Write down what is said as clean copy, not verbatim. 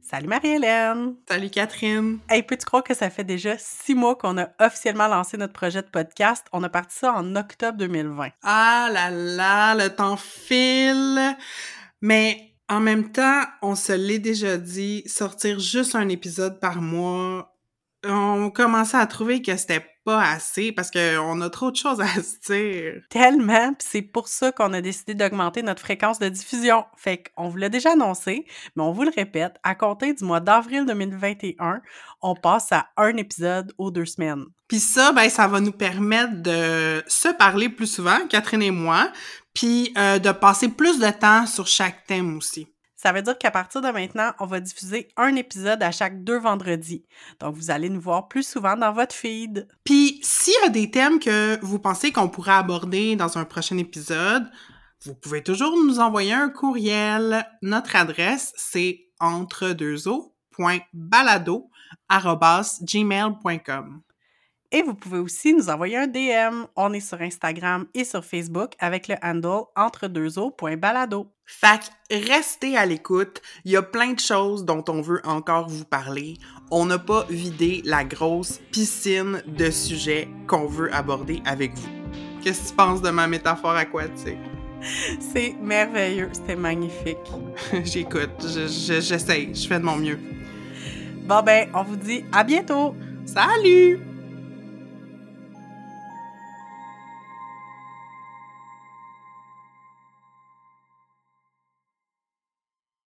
Salut Marie-Hélène! Salut Catherine! Hey, peux-tu croire que ça fait déjà 6 mois qu'on a officiellement lancé notre projet de podcast? On a parti ça en octobre 2020. Ah là là, le temps file! Mais en même temps, on se l'est déjà dit, sortir juste un épisode par mois, on commençait à trouver que c'était pas assez parce qu'on a trop de choses à se dire. Tellement, pis c'est pour ça qu'on a décidé d'augmenter notre fréquence de diffusion. Fait qu'on vous l'a déjà annoncé, mais on vous le répète, à compter du mois d'avril 2021, on passe à un épisode aux 2 semaines. Puis ça, ça va nous permettre de se parler plus souvent, Catherine et moi, puis de passer plus de temps sur chaque thème aussi. Ça veut dire qu'à partir de maintenant, on va diffuser un épisode à chaque 2 vendredis. Donc, vous allez nous voir plus souvent dans votre feed. Puis, s'il y a des thèmes que vous pensez qu'on pourrait aborder dans un prochain épisode, vous pouvez toujours nous envoyer un courriel. Notre adresse, c'est entredeuxeaux.balado@gmail.com. Et vous pouvez aussi nous envoyer un DM. On est sur Instagram et sur Facebook avec le handle entredeuxeaux.balado. Fait que restez à l'écoute. Il y a plein de choses dont on veut encore vous parler. On n'a pas vidé la grosse piscine de sujets qu'on veut aborder avec vous. Qu'est-ce que tu penses de ma métaphore aquatique? C'est merveilleux, c'était magnifique. J'écoute, j'essaye, je fais de mon mieux. Bon ben, on vous dit à bientôt! Salut!